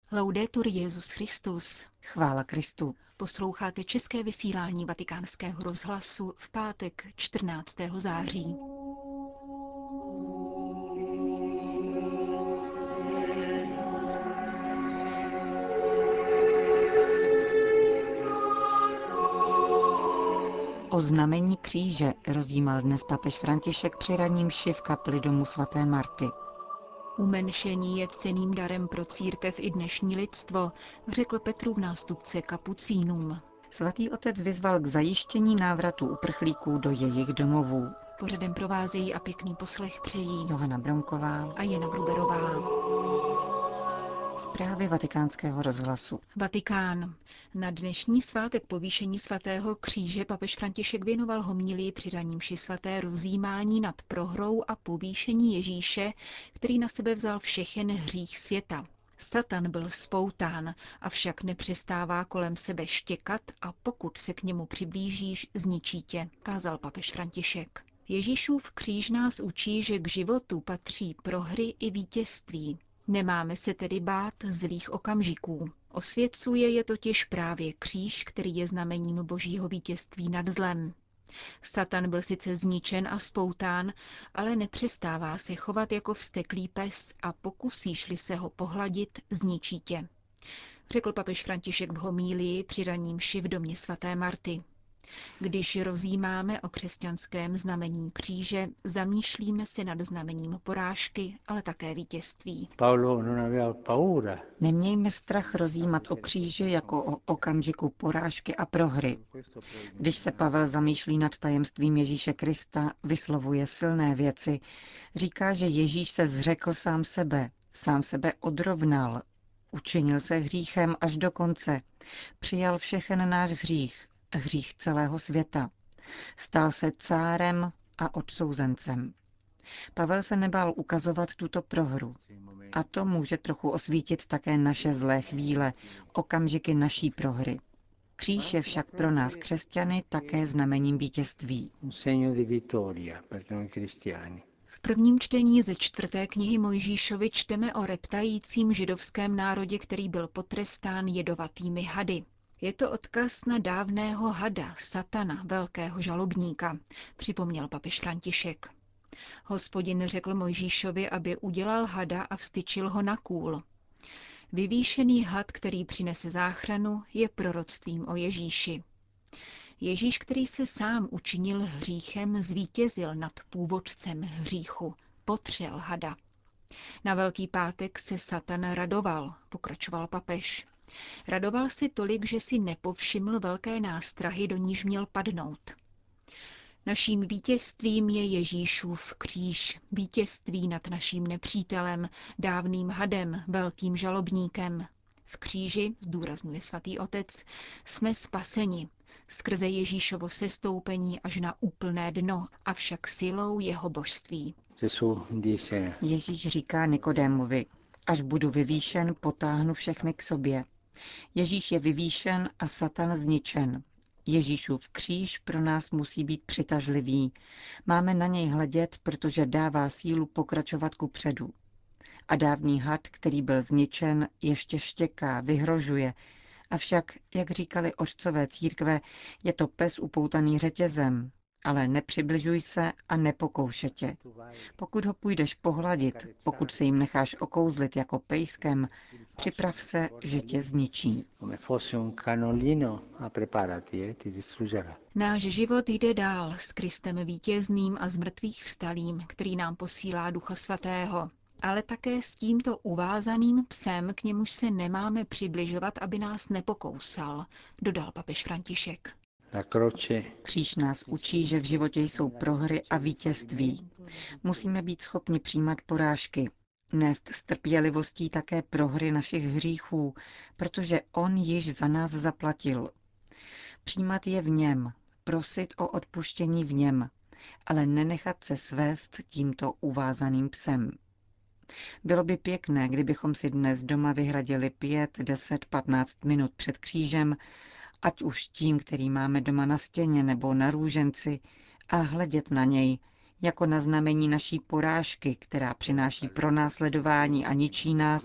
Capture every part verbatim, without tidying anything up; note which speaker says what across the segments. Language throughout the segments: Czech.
Speaker 1: Laudetur Jesus Christus.
Speaker 2: Chvála Kristu.
Speaker 1: Posloucháte české vysílání Vatikánského rozhlasu v pátek čtrnáctého září.
Speaker 2: O znamení kříže rozjímal dnes papež František při ranní mši v kapli domu svaté Marty.
Speaker 1: Umenšení je cenným darem pro církev i dnešní lidstvo, řekl Petrův nástupce kapucínům.
Speaker 2: Svatý otec vyzval k zajištění návratu uprchlíků do jejich domovů.
Speaker 1: Pořadem provázejí a pěkný poslech přejí
Speaker 2: Johana Bronková
Speaker 1: a Jana Gruberová.
Speaker 2: Zprávy Vatikánského rozhlasu.
Speaker 1: Vatikán. Na dnešní svátek povýšení svatého kříže papež František věnoval homilii při ranní mši svaté rozjímání nad prohrou a povýšení Ježíše, který na sebe vzal všechen hřích světa. Satan byl spoután, avšak nepřestává kolem sebe štěkat a pokud se k němu přiblížíš, zničí tě, kázal papež František. Ježíšův kříž nás učí, že k životu patří prohry i vítězství. Nemáme se tedy bát zlých okamžiků. Osvěcuje je totiž právě kříž, který je znamením božího vítězství nad zlem. Satan byl sice zničen a spoután, ale nepřestává se chovat jako vzteklý pes a pokusíš-li se ho pohladit, zničí tě, řekl papež František v homílii při ranní mši v domě svaté Marty. Když rozjímáme o křesťanském znamení kříže, zamýšlíme si nad znamením porážky, ale také vítězství.
Speaker 2: Nemějme strach rozjímat o kříži jako o okamžiku porážky a prohry. Když se Pavel zamýšlí nad tajemstvím Ježíše Krista, vyslovuje silné věci. Říká, že Ježíš se zřekl sám sebe, sám sebe odrovnal, učinil se hříchem až do konce, přijal všechen náš hřích, hřích celého světa. Stal se cárem a odsouzencem. Pavel se nebál ukazovat tuto prohru. A to může trochu osvítit také naše zlé chvíle, okamžiky naší prohry. Kříž je však pro nás křesťany také znamením vítězství.
Speaker 1: V prvním čtení ze čtvrté knihy Mojžíšovi čteme o reptajícím židovském národě, který byl potrestán jedovatými hady. Je to odkaz na dávného hada, satana, velkého žalobníka, připomněl papež František. Hospodin řekl Mojžíšovi, aby udělal hada a vstyčil ho na kůl. Vyvýšený had, který přinese záchranu, je proroctvím o Ježíši. Ježíš, který se sám učinil hříchem, zvítězil nad původcem hříchu, potřel hada. Na Velký pátek se Satan radoval, pokračoval papež. Radoval si tolik, že si nepovšiml velké nástrahy, do níž měl padnout. Naším vítězstvím je Ježíšův kříž, vítězství nad naším nepřítelem, dávným hadem, velkým žalobníkem. V kříži, zdůrazňuje svatý otec, jsme spaseni, skrze Ježíšovo sestoupení až na úplné dno, avšak silou jeho božství.
Speaker 2: Ježíš říká Nikodémovi, až budu vyvýšen, potáhnu všechny k sobě. Ježíš je vyvýšen a Satan zničen. Ježíšův kříž pro nás musí být přitažlivý. Máme na něj hledět, protože dává sílu pokračovat ku předu. A dávný had, který byl zničen, ještě štěká, vyhrožuje. Avšak, jak říkali otcové církve, je to pes upoutaný řetězem. Ale nepřibližuj se a nepokouše tě. Pokud ho půjdeš pohladit, pokud se jim necháš okouzlit jako pejskem, připrav se, že tě zničí.
Speaker 1: Náš život jde dál s Kristem vítězným a z mrtvých vstalým, který nám posílá Ducha Svatého, ale také s tímto uvázaným psem, k němuž se nemáme přibližovat, aby nás nepokousal, dodal papež František.
Speaker 2: Kříž nás učí, že v životě jsou prohry a vítězství. Musíme být schopni přijímat porážky, nést s trpělivostí také prohry našich hříchů, protože on již za nás zaplatil. Přijímat je v něm, prosit o odpuštění v něm, ale nenechat se svést tímto uvázaným psem. Bylo by pěkné, kdybychom si dnes doma vyhradili pět, deset, patnáct minut před křížem, ať už tím, který máme doma na stěně nebo na růženci, a hledět na něj jako na znamení naší porážky, která přináší pronásledování a ničí nás,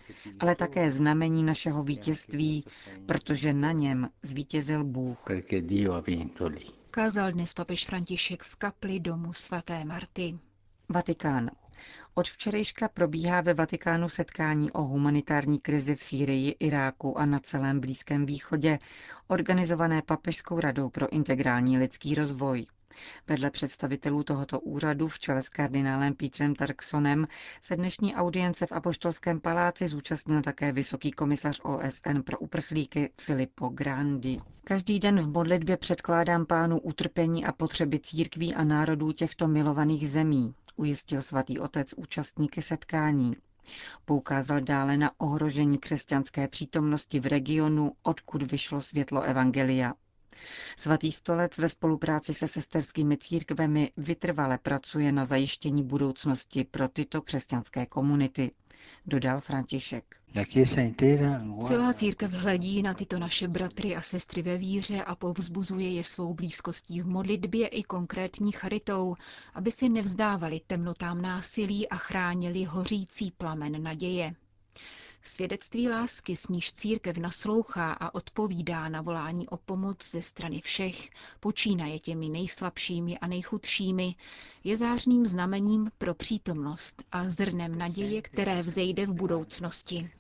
Speaker 2: ale také znamení našeho vítězství, protože na něm zvítězil Bůh.
Speaker 1: Kázal dnes papež František v kapli domu svaté Marty.
Speaker 2: Vatikán. Od včerejška probíhá ve Vatikánu setkání o humanitární krizi v Sýrii, Iráku a na celém Blízkém východě, organizované Papežskou radou pro integrální lidský rozvoj. Vedle představitelů tohoto úřadu v čele s kardinálem Petrem Turksonem se dnešní audience v Apoštolském paláci zúčastnil také vysoký komisař O S N pro uprchlíky Filippo Grandi. Každý den v modlitbě předkládám Pánu utrpení a potřeby církví a národů těchto milovaných zemí, ujistil svatý otec účastníky setkání. Poukázal dále na ohrožení křesťanské přítomnosti v regionu, odkud vyšlo světlo evangelia. Svatý stolec ve spolupráci se sesterskými církvemi vytrvale pracuje na zajištění budoucnosti pro tyto křesťanské komunity, dodal František.
Speaker 1: Celá církev hledí na tyto naše bratry a sestry ve víře a povzbuzuje je svou blízkostí v modlitbě i konkrétní charitou, aby si nevzdávali temnotám násilí a chránili hořící plamen naděje. Svědectví lásky, s níž církev naslouchá a odpovídá na volání o pomoc ze strany všech, počínaje těmi nejslabšími a nejchudšími, je zářným znamením pro přítomnost a zrnem naděje, které vzejde v budoucnosti.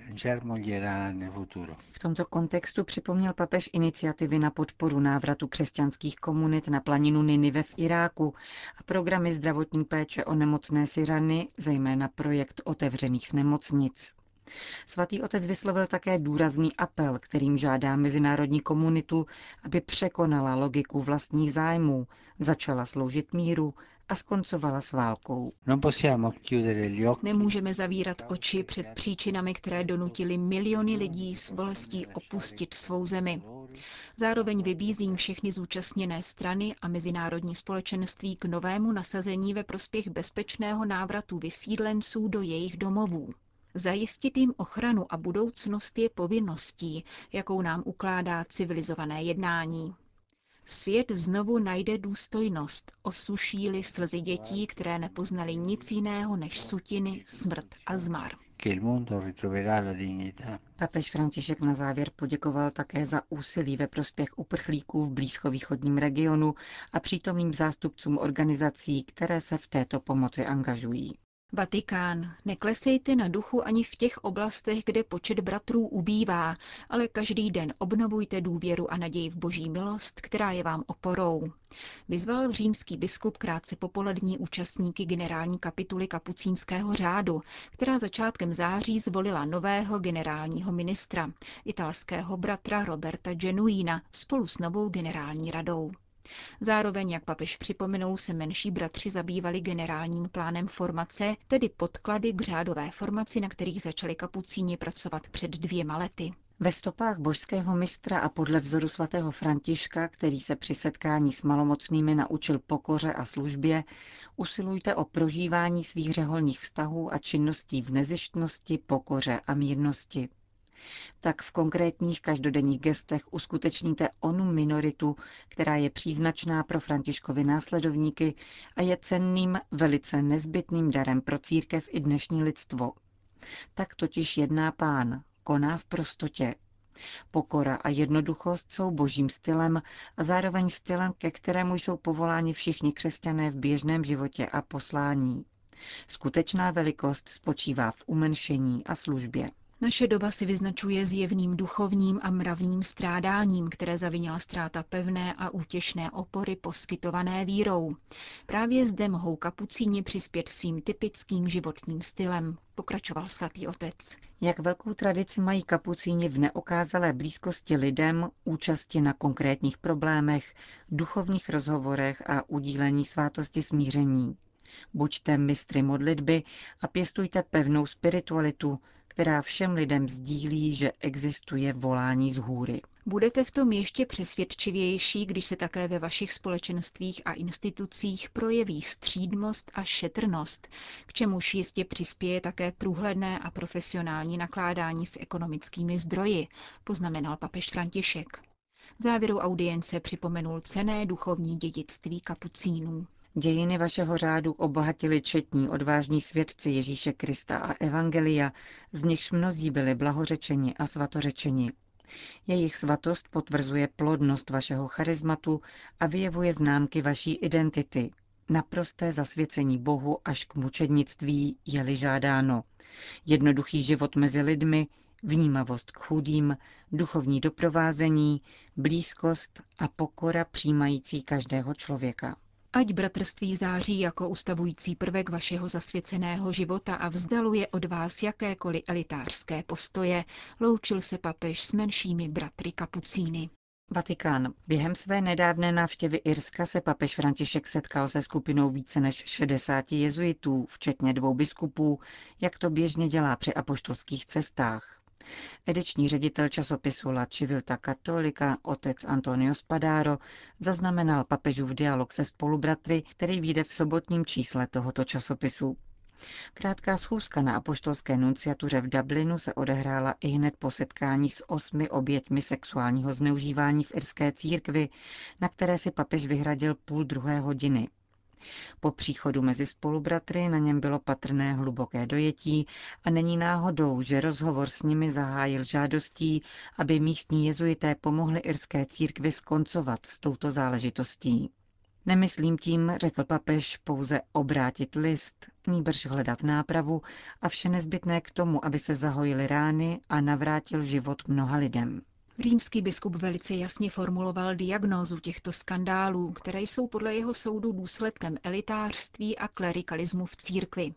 Speaker 2: V tomto kontextu připomněl papež iniciativy na podporu návratu křesťanských komunit na planinu Ninive v Iráku a programy zdravotní péče o nemocné Syřany, zejména projekt otevřených nemocnic. Svatý otec vyslovil také důrazný apel, kterým žádá mezinárodní komunitu, aby překonala logiku vlastních zájmů, začala sloužit míru a skoncovala s válkou.
Speaker 1: Nemůžeme zavírat oči před příčinami, které donutily miliony lidí s bolestí opustit svou zemi. Zároveň vybízím všechny zúčastněné strany a mezinárodní společenství k novému nasazení ve prospěch bezpečného návratu vysídlenců do jejich domovů. Zajistit jim ochranu a budoucnost je povinností, jakou nám ukládá civilizované jednání. Svět znovu najde důstojnost, osuší-li slzy dětí, které nepoznaly nic jiného než sutiny, smrt a zmar.
Speaker 2: Papež František na závěr poděkoval také za úsilí ve prospěch uprchlíků v blízkovýchodním regionu a přítomným zástupcům organizací, které se v této pomoci angažují.
Speaker 1: Vatikán. Neklesejte na duchu ani v těch oblastech, kde počet bratrů ubývá, ale každý den obnovujte důvěru a naději v boží milost, která je vám oporou. Vyzval římský biskup krátce popolední účastníky generální kapituly kapucínského řádu, která začátkem září zvolila nového generálního ministra, italského bratra Roberta Genuina, spolu s novou generální radou. Zároveň, jak papež připomenul, se menší bratři zabývali generálním plánem formace, tedy podklady k řádové formaci, na kterých začali kapucíni pracovat před dvěma lety.
Speaker 2: Ve stopách božského mistra a podle vzoru svatého Františka, který se při setkání s malomocnými naučil pokoře a službě, usilujte o prožívání svých řeholních vztahů a činností v nezištnosti, pokoře a mírnosti. Tak v konkrétních každodenních gestech uskutečníte onu minoritu, která je příznačná pro Františkovy následovníky a je cenným, velice nezbytným darem pro církev i dnešní lidstvo. Tak totiž jedná Pán, koná v prostotě. Pokora a jednoduchost jsou božím stylem a zároveň stylem, ke kterému jsou povoláni všichni křesťané v běžném životě a poslání. Skutečná velikost spočívá v umenšení a službě.
Speaker 1: Naše doba si vyznačuje zjevným duchovním a mravním strádáním, které zavinila ztráta pevné a útěšné opory poskytované vírou. Právě zde mohou kapucíni přispět svým typickým životním stylem, pokračoval svatý otec.
Speaker 2: Jak velkou tradici mají kapucíni v neokázalé blízkosti lidem, účasti na konkrétních problémech, duchovních rozhovorech a udílení svátosti smíření. Buďte mistry modlitby a pěstujte pevnou spiritualitu, která všem lidem sdílí, že existuje volání z hůry.
Speaker 1: Budete v tom ještě přesvědčivější, když se také ve vašich společenstvích a institucích projeví střídmost a šetrnost, k čemuž jistě přispěje také průhledné a profesionální nakládání s ekonomickými zdroji, poznamenal papež František. V závěru audience připomenul cenné duchovní dědictví kapucínů.
Speaker 2: Dějiny vašeho řádu obohatili četní odvážní svědci Ježíše Krista a Evangelia, z nichž mnozí byli blahořečeni a svatořečeni. Jejich svatost potvrzuje plodnost vašeho charizmatu a vyjevuje známky vaší identity. Naprosté zasvěcení Bohu až k mučednictví je-li žádáno. Jednoduchý život mezi lidmi, vnímavost k chudým, duchovní doprovázení, blízkost a pokora přijímající každého člověka.
Speaker 1: Ať bratrství září jako ustavující prvek vašeho zasvěceného života a vzdaluje od vás jakékoliv elitářské postoje, loučil se papež s menšími bratry kapucíny.
Speaker 2: Vatikán. Během své nedávné návštěvy Irska se papež František setkal se skupinou více než šedesáti jezuitů, včetně dvou biskupů, jak to běžně dělá při apoštolských cestách. Ediční ředitel časopisu La Civiltà Cattolica, otec Antonio Spadaro, zaznamenal papežův dialog se spolubratry, který vyjde v sobotním čísle tohoto časopisu. Krátká schůzka na apoštolské nunciatuře v Dublinu se odehrála ihned po setkání s osmi oběťmi sexuálního zneužívání v irské církvi, na které si papež vyhradil půl druhé hodiny. Po příchodu mezi spolubratry na něm bylo patrné hluboké dojetí a není náhodou, že rozhovor s nimi zahájil žádostí, aby místní jezuité pomohli irské církvi skoncovat s touto záležitostí. Nemyslím tím, řekl papež, pouze obrátit list, nýbrž hledat nápravu a vše nezbytné k tomu, aby se zahojily rány a navrátil život mnoha lidem.
Speaker 1: Římský biskup velice jasně formuloval diagnózu těchto skandálů, které jsou podle jeho soudu důsledkem elitářství a klerikalismu v církvi.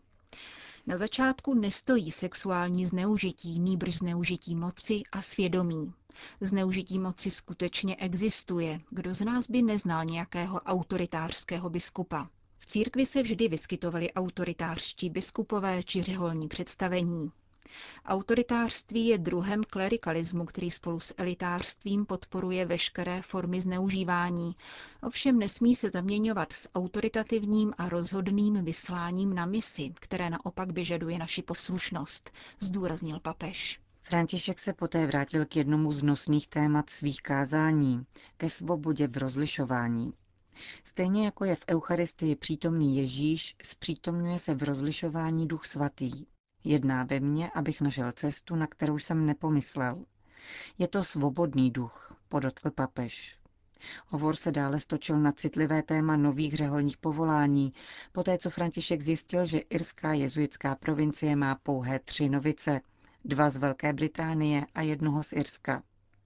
Speaker 1: Na začátku nestojí sexuální zneužití, nýbrž zneužití moci a svědomí. Zneužití moci skutečně existuje. Kdo z nás by neznal nějakého autoritářského biskupa? V církvi se vždy vyskytovali autoritářští biskupové či řeholní představení. Autoritářství je druhem klerikalismu, který spolu s elitářstvím podporuje veškeré formy zneužívání. Ovšem nesmí se zaměňovat s autoritativním a rozhodným vysláním na misi, které naopak vyžaduje naši poslušnost, zdůraznil papež.
Speaker 2: František se poté vrátil k jednomu z nosných témat svých kázání, ke svobodě v rozlišování. Stejně jako je v Eucharistii přítomný Ježíš, zpřítomňuje se v rozlišování Duch Svatý. Jedná ve mně, abych našel cestu, na kterou jsem nepomyslel. Je to svobodný duch, podotkl papež. Hovor se dále stočil na citlivé téma nových řeholních povolání, poté co František zjistil, že irská jezuitská provincie má pouhé tři novice, dva z Velké Británie a jednoho z Irska.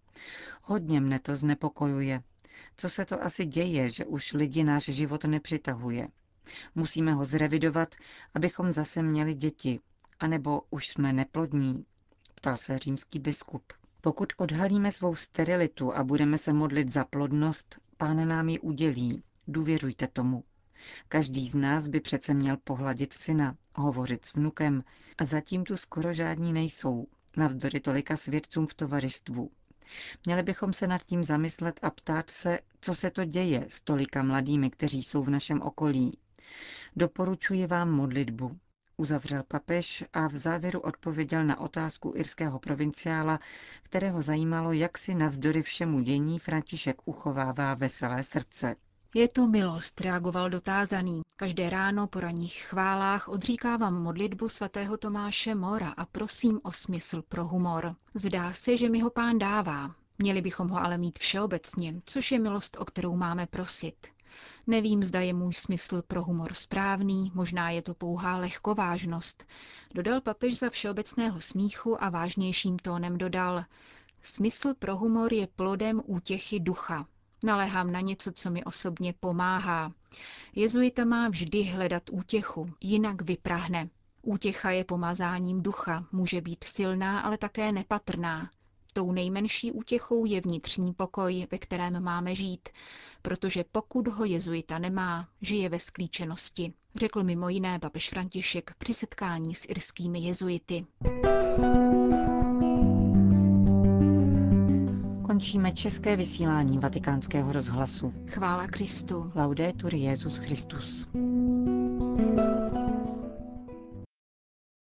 Speaker 2: Hodně mne to znepokojuje. Co se to asi děje, že už lidi náš život nepřitahuje? Musíme ho zrevidovat, abychom zase měli děti. A nebo už jsme neplodní? Ptal se římský biskup. Pokud odhalíme svou sterilitu a budeme se modlit za plodnost, Pán nám ji udělí. Důvěřujte tomu. Každý z nás by přece měl pohladit syna, hovořit s vnukem a zatím tu skoro žádní nejsou, navzdory tolika svědcům v tovaryštvu. Měli bychom se nad tím zamyslet a ptát se, co se to děje s tolika mladými, kteří jsou v našem okolí. Doporučuji vám modlitbu. Uzavřel papež a v závěru odpověděl na otázku irského provinciála, kterého zajímalo, jak si navzdory všemu dění František uchovává veselé srdce.
Speaker 1: Je to milost, reagoval dotázaný. Každé ráno po ranních chválách odříkávám modlitbu svatého Tomáše Mora a prosím o smysl pro humor. Zdá se, že mi ho Pán dává. Měli bychom ho ale mít všeobecně, což je milost, o kterou máme prosit. Nevím, zda je můj smysl pro humor správný, možná je to pouhá lehkovážnost. Dodal papež za všeobecného smíchu a vážnějším tónem dodal: smysl pro humor je plodem útěchy ducha. Naléhám na něco, co mi osobně pomáhá. Jezuita má vždy hledat útěchu, jinak vyprahne. Útěcha je pomazáním ducha, může být silná, ale také nepatrná. Tou nejmenší útěchou je vnitřní pokoj, ve kterém máme žít, protože pokud ho jezuita nemá, žije ve sklíčenosti, řekl mimo jiné papež František při setkání s irskými jezuity.
Speaker 2: Končíme české vysílání Vatikánského rozhlasu.
Speaker 1: Chvála Kristu.
Speaker 2: Laudetur Jesus Christus.